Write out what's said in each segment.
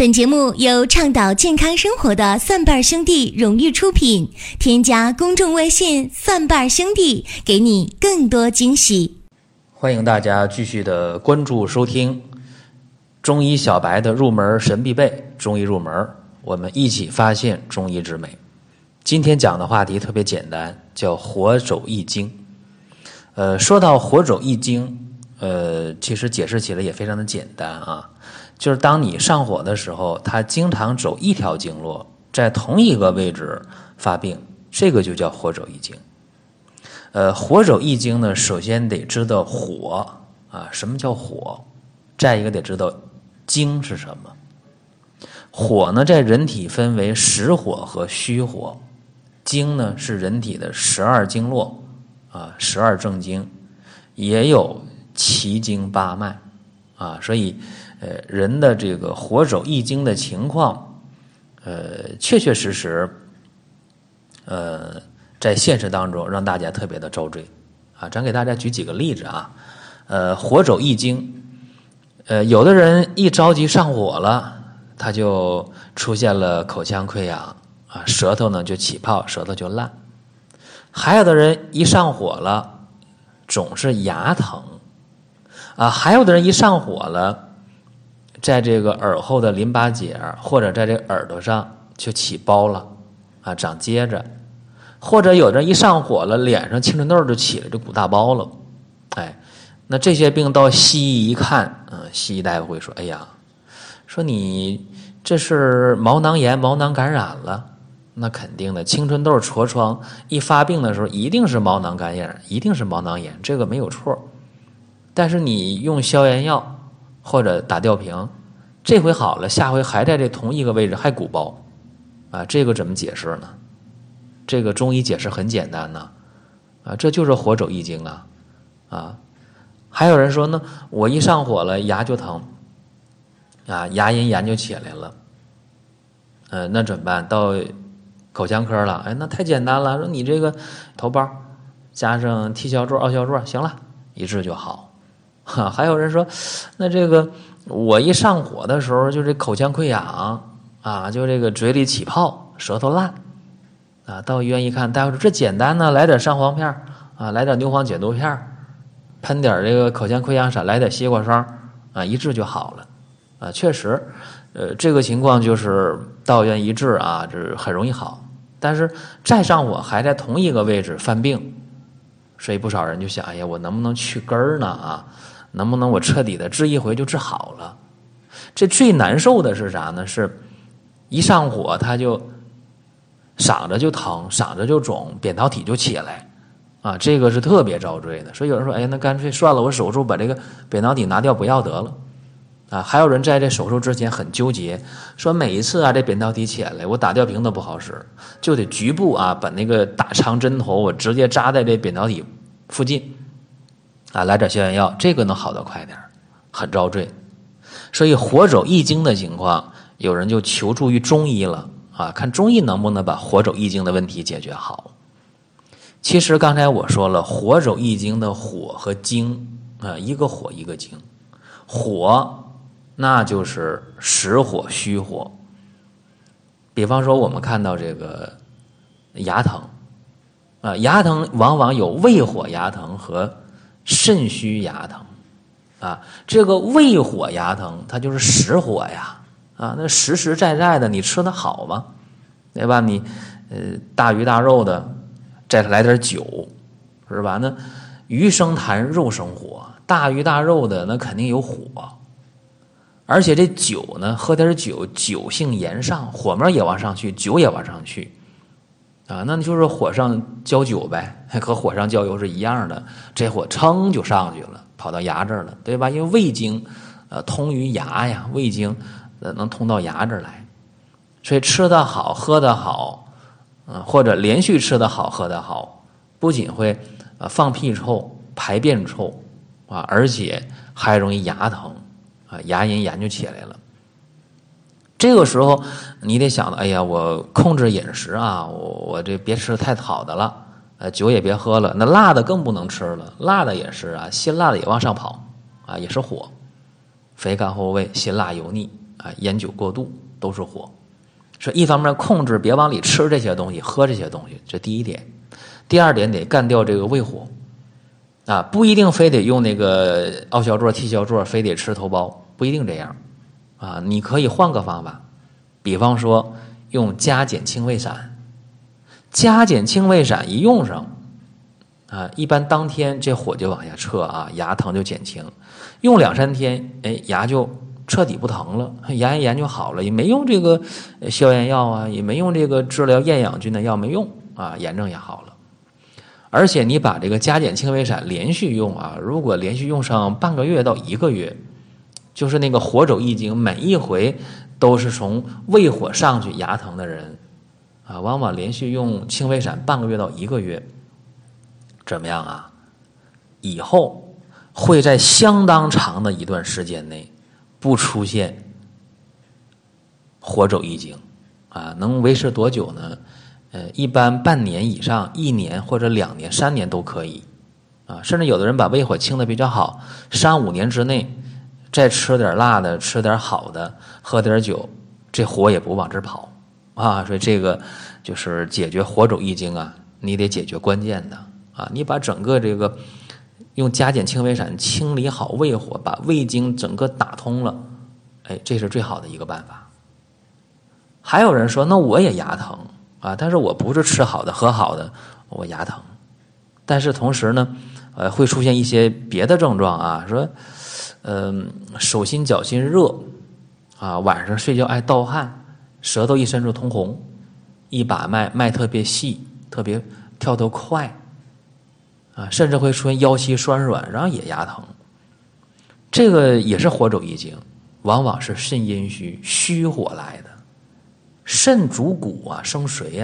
本节目由倡导健康生活的蒜瓣兄弟荣誉出品，添加公众微信蒜瓣兄弟，给你更多惊喜。 欢迎大家继续的关注收听中医小白的入门神必备，中医入门，我们一起发现中医之美。今天讲的话题特别简单，叫火肘易经。说到火肘易经，其实解释起来也非常的简单啊，就是当你上火的时候，它经常走一条经络，在同一个位置发病，这个就叫火肘易经。火肘易经呢，首先得知道火啊，什么叫火？再一个得知道经是什么。火呢，在人体分为实火和虚火，经呢是人体的12经络啊，12正经，也有奇经八脉啊，所以人的这个火肘易经的情况，确确实实，在现实当中让大家特别的遭罪啊。咱给大家举几个例子啊。火肘易经，有的人一着急上火了，他就出现了口腔溃疡啊，舌头呢就起泡，舌头就烂。还有的人一上火了，总是牙疼啊，还有的人一上火了，在这个耳后的淋巴结或者在这个耳朵上就起包了啊，长疖子，或者有的人一上火了，脸上青春痘就起了这鼓大包了。那这些病到西医一看，西医大夫会说，哎呀，说你这是毛囊炎、毛囊感染了。那肯定的，青春痘、痤疮一发病的时候，一定是毛囊感染，一定是毛囊炎，这个没有错。但是你用消炎药或者打吊瓶，这回好了，下回还在这同一个位置还鼓包啊，这个怎么解释呢？这个中医解释很简单呢，啊，这就是火肘易经啊。还有人说呢，我一上火了，牙就疼啊，牙龈炎就起来了。那怎么办？到口腔科了，那太简单了，说你这个头孢加上 T 消唑、奥消唑，行了，一治就好。还有人说，那这个我一上火的时候，就这口腔溃疡啊，就这个嘴里起泡，舌头烂啊，到医院一看，大夫说这简单呢，来点上黄片啊，来点牛黄解毒片，喷点这个口腔溃疡散，来点西瓜霜啊，一治就好了啊。确实，这个情况就是到医院一治啊，这很容易好。但是再上火还在同一个位置犯病，所以不少人就想，哎呀，我能不能去根儿呢啊？能不能我彻底的治一回就治好了？这最难受的是啥呢？是一上火他就嗓子就疼，嗓子就肿，扁桃体就起来啊，这个是特别遭罪的。所以有人说，哎，那干脆算了，我手术把这个扁桃体拿掉不要得了啊。还有人在这手术之前很纠结，说每一次啊这扁桃体起来，我打吊瓶都不好使，就得局部啊把那个打长针头我直接扎在这扁桃体附近啊，来点消炎药，这个能好得快点，很遭罪。所以火肘易经的情况，有人就求助于中医了啊，看中医能不能把火肘易经的问题解决好。其实刚才我说了，火肘易经的火和经啊，一个火一个经。火那就是实火虚火。比方说我们看到这个牙疼啊，牙疼往往有胃火牙疼和肾虚牙疼啊。这个胃火牙疼它就是实火呀啊，那实实在在的，你吃得好吗？对吧？你大鱼大肉的，再来点酒，是吧？那鱼生痰，肉生火，大鱼大肉的那肯定有火。而且这酒呢，喝点酒，酒性炎上，火苗也往上去，酒也往上去啊，那就是火上浇酒呗，和火上浇油是一样的，这火噌就上去了，跑到牙这儿了，对吧？因为胃经通于牙呀，胃经能通到牙这儿来，所以吃得好，喝得好，或者连续吃得好，喝得好，不仅会放屁臭、排便臭啊，而且还容易牙疼啊，牙龈炎就起来了。这个时候你得想到，哎呀，我控制饮食啊，我这别吃太好的了，酒也别喝了，那辣的更不能吃了，辣的也是啊，辛辣的也往上跑啊，也是火，肥甘厚味，辛辣油腻烟酒过度都是火。所以一方面控制别往里吃这些东西喝这些东西，这第一点。第二点得干掉这个胃火不一定非得用那个凹小座、剃小座，非得吃头孢，不一定这样你可以换个方法，比方说用加减清胃散。加减清胃散一用上一般当天这火就往下撤牙疼就减轻，用2-3天牙就彻底不疼了，牙炎就好了，也没用这个消炎药也没用这个治疗厌氧菌的药，没用炎症也好了。而且你把这个加减清胃散连续用如果连续用上半个月到1个月，就是那个火走易经每一回都是从胃火上去牙疼的人往往连续用清胃散半个月到1个月，怎么样以后会在相当长的一段时间内不出现火走易经能维持多久呢？一般半年以上，1年或者2年、3年都可以甚至有的人把胃火清的比较好，3-5年之内再吃点辣的，吃点好的，喝点酒，这火也不往这儿跑所以这个就是解决火走易经你得解决关键的你把整个这个用加减清胃散清理好胃火，把胃经整个打通了，这是最好的一个办法。还有人说，那我也牙疼但是我不是吃好的喝好的，我牙疼，但是同时呢会出现一些别的症状说手心脚心热晚上睡觉爱盗汗，舌头一伸出通红，一把脉特别细，特别跳得快甚至会出现腰膝酸软，然后也牙疼。这个也是火走易经，往是肾阴虚，虚火来的。肾主骨生水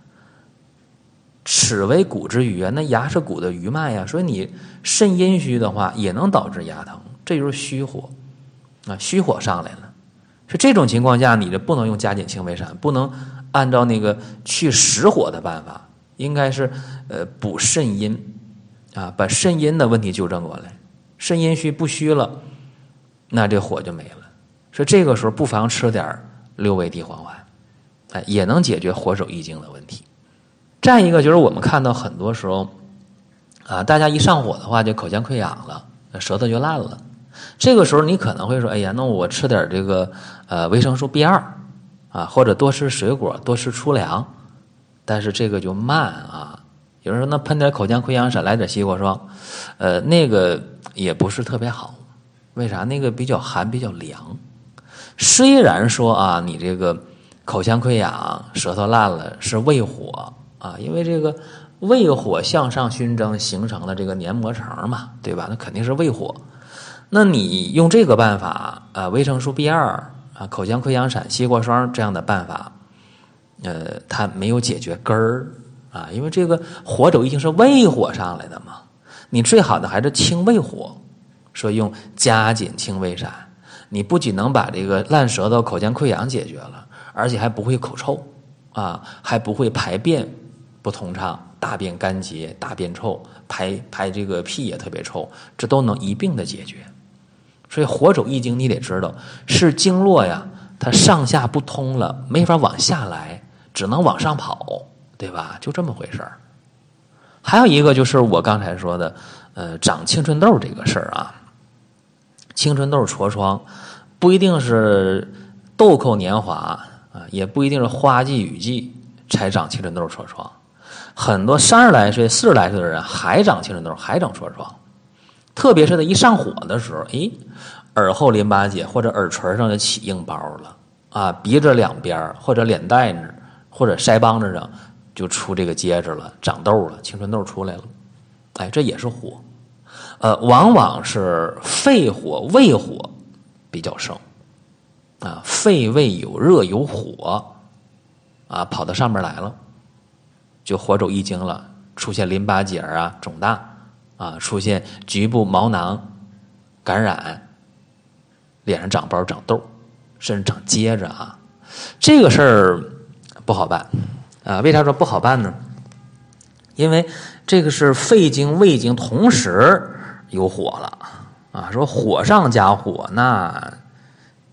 齿为骨之余那牙是骨的余脉所以你肾阴虚的话也能导致牙疼，这就是虚火虚火上来了。是这种情况下，你就不能用加减清胃散，不能按照那个去实火的办法，应该是补肾阴把肾阴的问题纠正过来。肾阴虚不虚了，那这火就没了。所以这个时候不妨吃点6味地黄丸也能解决火走易经的问题。再一个就是我们看到很多时候大家一上火的话就口腔溃疡了，舌头就烂了。这个时候你可能会说，哎呀，那我吃点这个维生素 B2或者多吃水果，多吃粗粮，但是这个就慢有人说那喷点口腔溃疡散，来点西瓜霜那个也不是特别好。为啥？那个比较寒比较凉。虽然说你这个口腔溃疡舌头烂了是胃火因为这个胃火向上熏蒸形成了这个黏膜层嘛，对吧？那肯定是胃火。那你用这个办法维生素 B2口腔溃疡散、西瓜霜这样的办法它没有解决根儿因为这个火走易经是胃火上来的嘛，你最好的还是清胃火，所以用加减清胃散，你不仅能把这个烂舌头口腔溃疡解决了，而且还不会口臭还不会排便不通畅，大便干结，大便臭，排这个屁也特别臭，这都能一并的解决。所以火走易经你得知道是经络它上下不通了，没法往下来，只能往上跑，对吧？就这么回事儿。还有一个就是我刚才说的长青春痘这个事儿青春痘痤疮不一定是豆蔻年华也不一定是花季雨季才长青春痘痤疮，很多30来岁、40来岁的人还长青春痘，还长痤疮。特别是他一上火的时候，耳后淋巴结或者耳垂上就起硬包了鼻子两边或者脸蛋子或者腮帮子上就出这个疖子了，长痘了，青春痘出来了。这也是火。往往是肺火、胃火比较盛肺胃有热有火跑到上面来了，就火走易经了，出现淋巴结肿大出现局部毛囊感染，脸上长包长痘，甚至长疖子这个事儿不好办为啥说不好办呢？因为这个是肺经胃经同时有火了说火上加火，那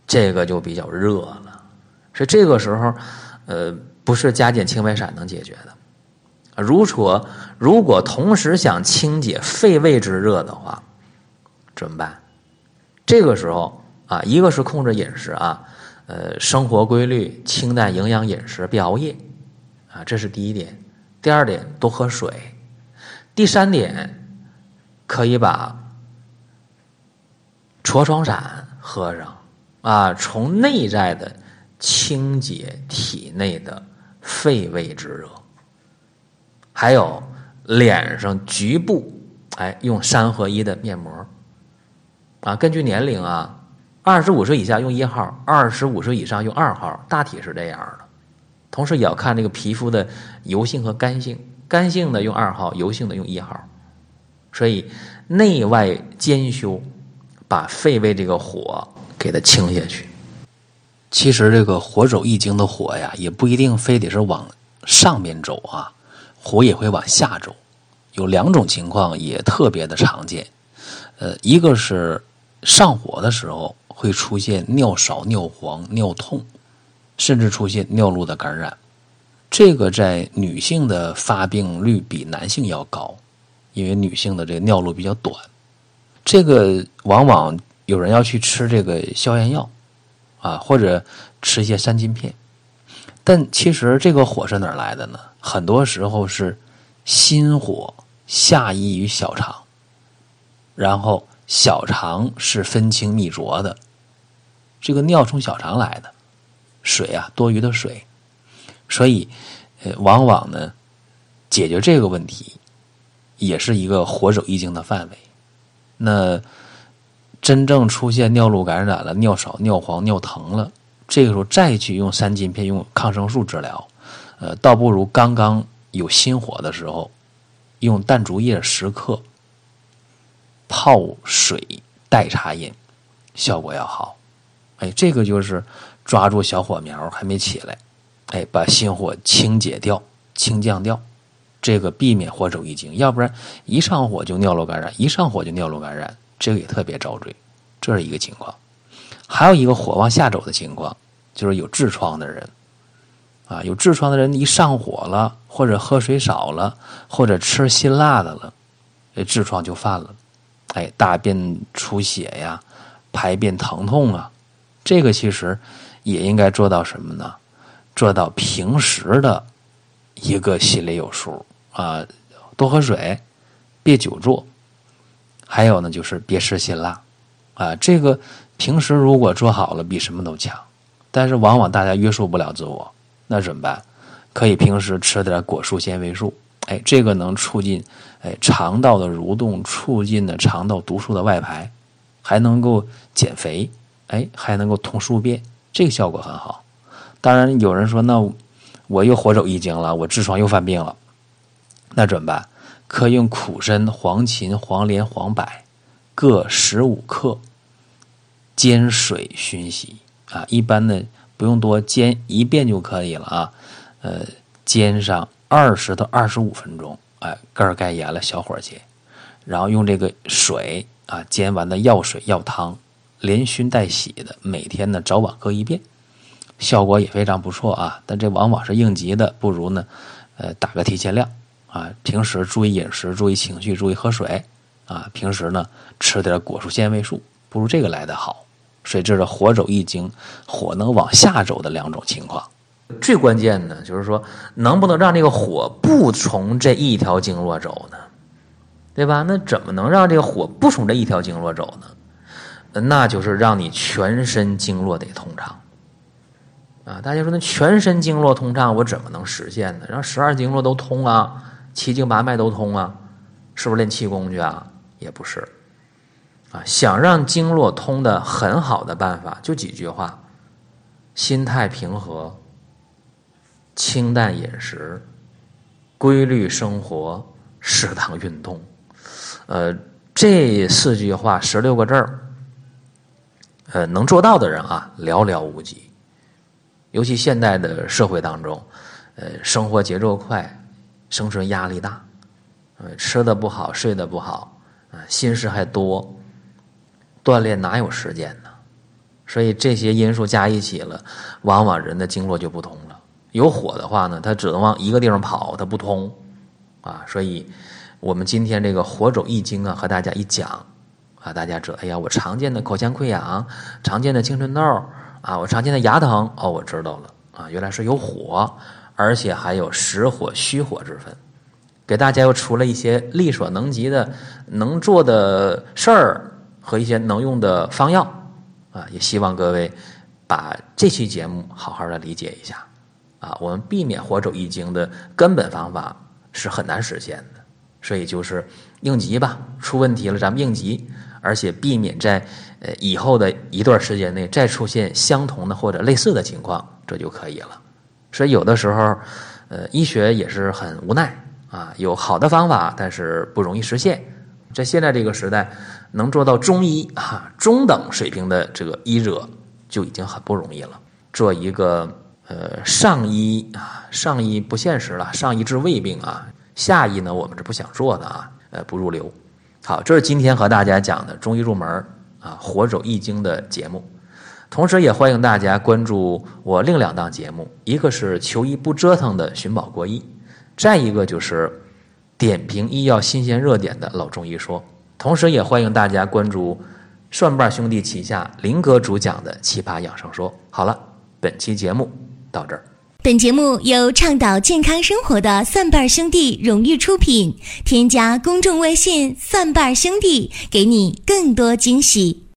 这个就比较热了。所以这个时候，不是加减清胃散能解决的。如果同时想清解肺胃之热的话，怎么办？这个时候啊，一个是控制饮食啊，生活规律，清淡营养饮食，别熬夜啊，这是第一点。第二点，多喝水。第三点，可以把痤疮散喝上啊，从内在的清洁体内的肺胃之热。还有脸上局部用3合1的面膜啊，根据年龄啊，25岁以下用1号，25岁以上用2号，大体是这样的。同时也要看这个皮肤的油性和干性，干性的用2号，油性的用1号。所以内外兼修，把肺胃这个火给它清下去。其实这个火走易经的火呀，也不一定非得是往上面走啊，火也会往下走。有2种情况也特别的常见，一个是上火的时候会出现尿少、尿黄、尿痛，甚至出现尿路的感染。这个在女性的发病率比男性要高，因为女性的这个尿路比较短。这个往往有人要去吃这个消炎药啊，或者吃一些3津片。但其实这个火是哪儿来的呢？很多时候是心火下移于小肠，然后小肠是分清泌浊的，这个尿从小肠来的，水啊，多余的水。所以往往呢解决这个问题也是一个火走易经的范围。那真正出现尿路感染了，尿少、尿黄、尿疼了，这个时候再去用3津片、用抗生素治疗，倒不如刚刚有心火的时候用淡竹叶10克泡水代茶饮，效果要好。这个就是抓住小火苗还没起来，把心火清解掉、清降掉，这个避免火走易经。要不然一上火就尿路感染，一上火就尿路感染，这个也特别遭罪。这是一个情况。还有一个火往下走的情况，就是有痔疮的人啊，有痔疮的人一上火了，或者喝水少了，或者吃辛辣的了，痔疮就犯了。大便出血呀，排便疼痛啊，这个其实也应该做到什么呢？做到平时的一个心里有数啊，多喝水，别久坐，还有呢就是别吃辛辣啊。这个平时如果做好了，比什么都强。但是往往大家约束不了自我，那怎么办？可以平时吃点果蔬纤维素，这个能促进肠道的蠕动，促进的肠道毒素的外排，还能够减肥，还能够通宿便，这个效果很好。当然有人说，那我又火走易经了，我痔疮又犯病了，那怎么办？可以用苦参、黄芩、黄连、黄柏各15克煎水熏洗啊，一般的不用多，煎1遍就可以了啊。煎上20到25分钟，盖盖严了，小火煎，然后用这个水啊，煎完的药水药汤连熏带洗的，每天呢早晚各1遍，效果也非常不错啊。但这往往是应急的，不如呢打个提前量啊。平时注意饮食，注意情绪，注意喝水啊。平时呢吃点果蔬纤维素，不如这个来得好。所以这是火走易经，火能往下走的2种情况。最关键的就是说，能不能让这个火不从这一条经络走呢？对吧？那怎么能让这个火不从这一条经络走呢？那就是让你全身经络得通畅啊！大家说那全身经络通畅，我怎么能实现呢？让12经络都通啊，7经8脉都通啊，是不是练气功去啊？也不是啊。想让经络通的很好的办法，就几句话：心态平和，清淡饮食，规律生活，适当运动。这4句话16个字儿，能做到的人啊寥寥无几。尤其现代的社会当中，生活节奏快，生存压力大，吃得不好，睡得不好，心事还多，锻炼哪有时间呢？ 所以这些因素加一起了，往往人的经络就不通了。有火的话呢，它只能往一个地方跑，它不通啊。所以我们今天这个火肘易经啊，和大家一讲啊，大家知道，哎呀，我常见的口腔溃疡，常见的青春痘啊，我常见的牙疼，哦，我知道了啊，原来是有火，而且还有实火虚火之分。给大家又出了一些力所能及的能做的事儿和一些能用的方药啊，也希望各位把这期节目好好的理解一下啊。我们避免火肘易经的根本方法是很难实现的，所以就是应急吧，出问题了咱们应急，而且避免在以后的一段时间内再出现相同的或者类似的情况，这就可以了。所以有的时候医学也是很无奈啊，有好的方法，但是不容易实现。在现在这个时代，能做到中医啊中等水平的这个医者就已经很不容易了。做一个上医啊，上医不现实了，上医治胃病啊，下医呢我们是不想做的啊，不入流。好，这是今天和大家讲的中医入门啊火肘易经的节目。同时也欢迎大家关注我另2档节目，一个是求医不折腾的寻宝国医，再一个就是点评医药新鲜热点的老中医说。同时也欢迎大家关注蒜瓣兄弟旗下林哥主讲的奇葩养生说。好了，本期节目到这儿。 本节目由倡导健康生活的蒜瓣兄弟荣誉出品，添加公众微信蒜瓣兄弟，给你更多惊喜。